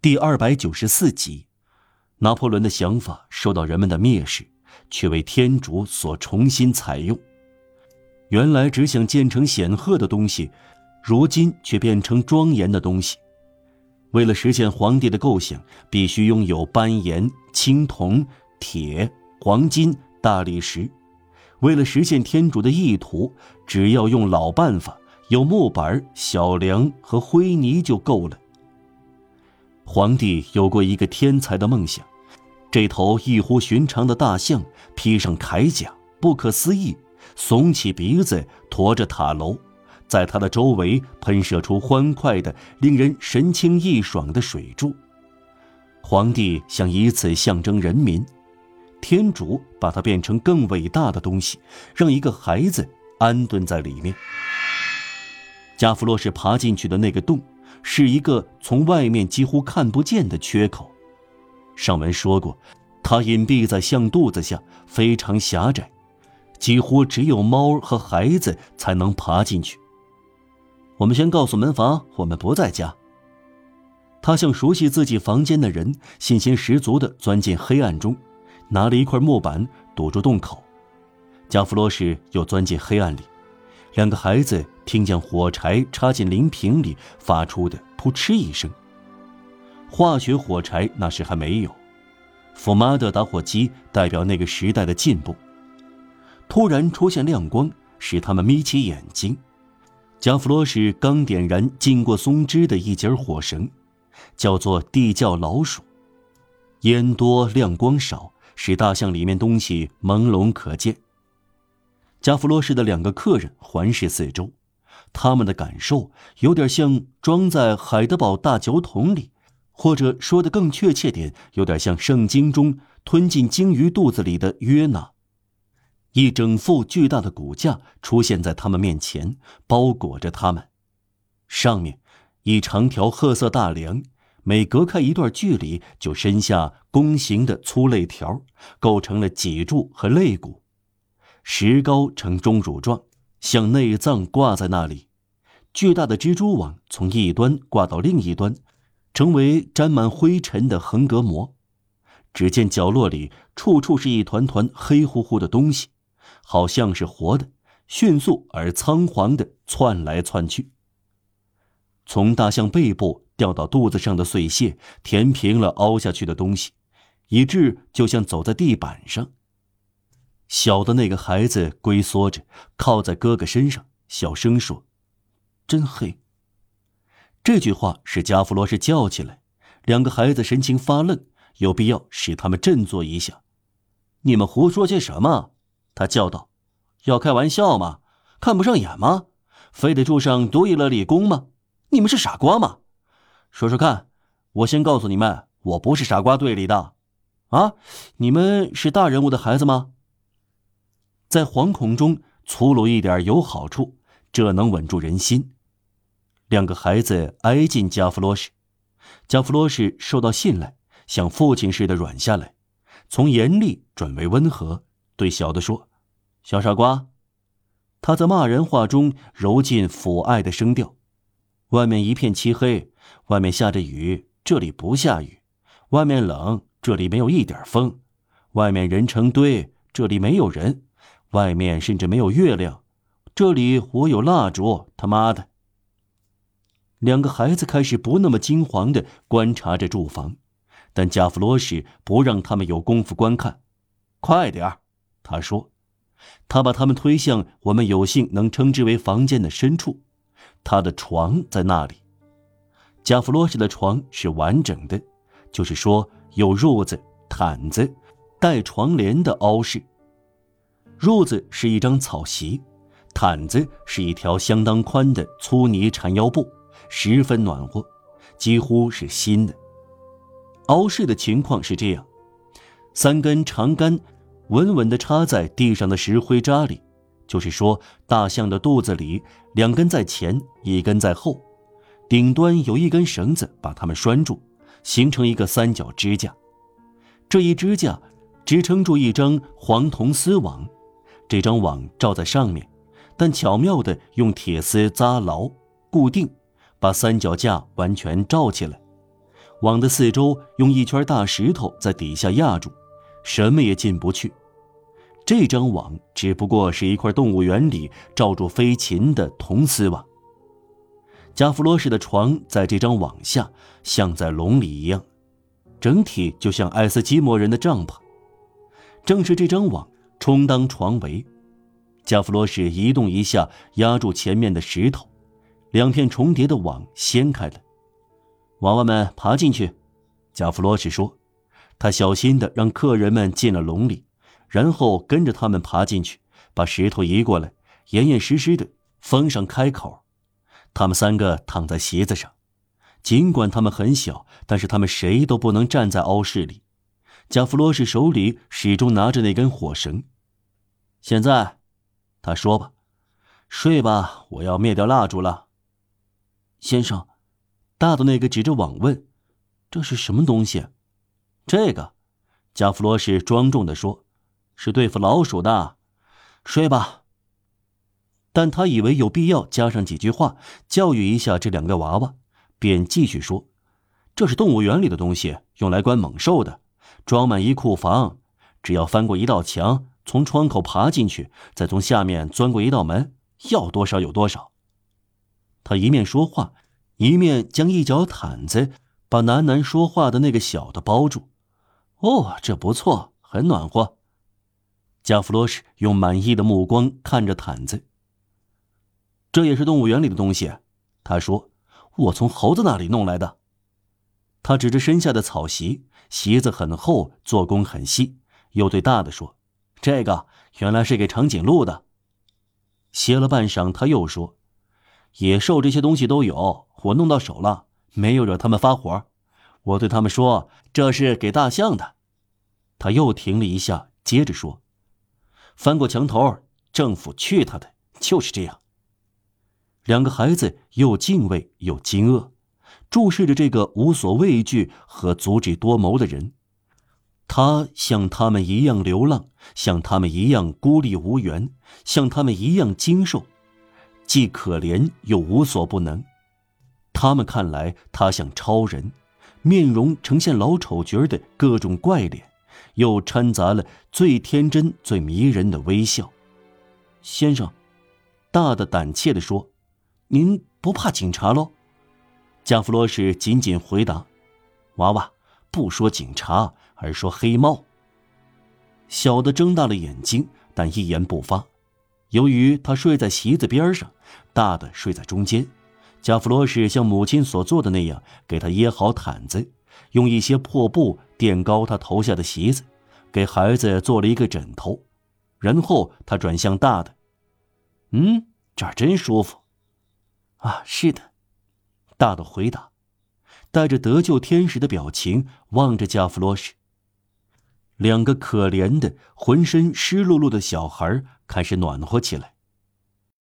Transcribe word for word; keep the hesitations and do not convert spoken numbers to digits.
第二百九十四集，拿破仑的想法受到人们的蔑视，却为天主所重新采用。原来只想建成显赫的东西，如今却变成庄严的东西。为了实现皇帝的构想，必须拥有斑岩、青铜、铁、黄金、大理石。为了实现天主的意图，只要用老办法，有木板、小梁和灰泥就够了。皇帝有过一个天才的梦想，这头异乎寻常的大象披上铠甲，不可思议，耸起鼻子，驮着塔楼，在它的周围喷射出欢快的、令人神清气爽的水柱。皇帝想以此象征人民，天主把它变成更伟大的东西，让一个孩子安顿在里面。加弗洛士爬进去的那个洞是一个从外面几乎看不见的缺口。上文说过，它隐蔽在象肚子下，非常狭窄，几乎只有猫和孩子才能爬进去。我们先告诉门房，我们不在家。他像熟悉自己房间的人，信心十足地钻进黑暗中，拿了一块木板堵住洞口。加弗洛士又钻进黑暗里，两个孩子听见火柴插进灵瓶里发出的扑哧一声。化学火柴那时还没有，福马的打火机代表那个时代的进步。突然出现亮光，使他们眯起眼睛。加弗罗士刚点燃经过松枝的一节火绳，叫做地窖老鼠。烟多亮光少，使大象里面东西朦胧可见。加弗罗士的两个客人环视四周，他们的感受有点像装在海德堡大酒桶里，或者说得更确切点，有点像圣经中吞进鲸鱼肚子里的约纳。一整副巨大的骨架出现在他们面前，包裹着他们。上面一长条褐色大梁，每隔开一段距离就伸下弓形的粗肋条，构成了脊柱和肋骨。石膏呈钟乳状，像内脏挂在那里。巨大的蜘蛛网从一端挂到另一端，成为沾满灰尘的横膈膜。只见角落里处处是一团团黑乎乎的东西，好像是活的，迅速而仓皇地窜来窜去。从大象背部掉到肚子上的碎屑填平了凹下去的东西，以致就像走在地板上。小的那个孩子龟缩着，靠在哥哥身上，小声说：“真黑。”这句话使加弗罗士叫起来，两个孩子神情发愣，有必要使他们振作一下。“你们胡说些什么？”他叫道，“要开玩笑吗？看不上眼吗？非得住上杜伊勒理工吗？你们是傻瓜吗？说说看，我先告诉你们，我不是傻瓜队里的。啊，你们是大人物的孩子吗？”在惶恐中粗鲁一点有好处，这能稳住人心。两个孩子挨近加弗罗士，加弗罗士受到信赖，像父亲似的软下来，从严厉转为温和，对小的说：“小傻瓜。”他在骂人话中揉进抚爱的声调。外面一片漆黑，外面下着雨，这里不下雨；外面冷，这里没有一点风；外面人成堆，这里没有人；外面甚至没有月亮，这里我有蜡烛，他妈的！两个孩子开始不那么惊惶地观察着住房，但加弗罗士不让他们有功夫观看。“快点儿！”他说。他把他们推向我们有幸能称之为房间的深处，他的床在那里。加弗罗士的床是完整的，就是说有褥子、毯子、带床帘的凹式。褥子是一张草席，毯子是一条相当宽的粗呢缠腰布，十分暖和，几乎是新的。凹式的情况是这样：三根长杆稳稳地插在地上的石灰渣里，就是说大象的肚子里两根在前，一根在后，顶端有一根绳子把它们拴住，形成一个三角支架。这一支架支撑住一张黄铜丝网，这张网罩在上面，但巧妙地用铁丝扎牢固定，把三脚架完全罩起来。 网的四周用一圈大石头在底下压住，什么也进不去。这张网只不过是一块动物园里罩住飞禽的铜丝网。加弗罗什的床在这张网下，像在笼里一样，整体就像爱斯基摩人的帐篷。正是这张网充当床围，加弗罗什一动一下压住前面的石头，两片重叠的网掀开了。娃娃们爬进去，加弗罗什说。他小心地让客人们进了笼里，然后跟着他们爬进去，把石头移过来，严严实实地封上开口。他们三个躺在席子上，尽管他们很小，但是他们谁都不能站在凹室里。加弗罗什手里始终拿着那根火绳。现在，他说吧，睡吧，我要灭掉蜡烛了。先生，大的那个指着网问，这是什么东西？这个，加弗罗什庄重地说，是对付老鼠的。睡吧。但他以为有必要加上几句话，教育一下这两个娃娃，便继续说，这是动物园里的东西，用来关猛兽的，装满一库房，只要翻过一道墙，从窗口爬进去，再从下面钻过一道门，要多少有多少。他一面说话，一面将一角毯子把喃喃说话的那个小的包住。哦，这不错，很暖和。加弗罗什用满意的目光看着毯子。这也是动物园里的东西，他说，我从猴子那里弄来的。他指着身下的草席，席子很厚，做工很细，又对大的说，这个原来是给长颈鹿的。歇了半晌，他又说，野兽这些东西都有，我弄到手了，没有惹他们发火。我对他们说，这是给大象的。他又停了一下，接着说，翻过墙头，政府去他的，就是这样。两个孩子又敬畏又惊愕，注视着这个无所畏惧和足智多谋的人。他像他们一样流浪，像他们一样孤立无援，像他们一样精瘦，既可怜又无所不能。他们看来他像超人，面容呈现老丑角的各种怪脸，又掺杂了最天真最迷人的微笑。先生，大的胆怯地说，您不怕警察喽？加弗罗什紧紧回答，娃娃，不说警察，而说黑猫。小的睁大了眼睛，但一言不发。由于他睡在席子边上，大的睡在中间。加弗罗什像母亲所做的那样，给他掖好毯子，用一些破布垫高他头下的席子，给孩子做了一个枕头。然后他转向大的，嗯，这儿真舒服。啊，是的，大的回答，带着得救天使的表情望着加弗罗什。两个可怜的浑身湿漉漉的小孩开始暖和起来。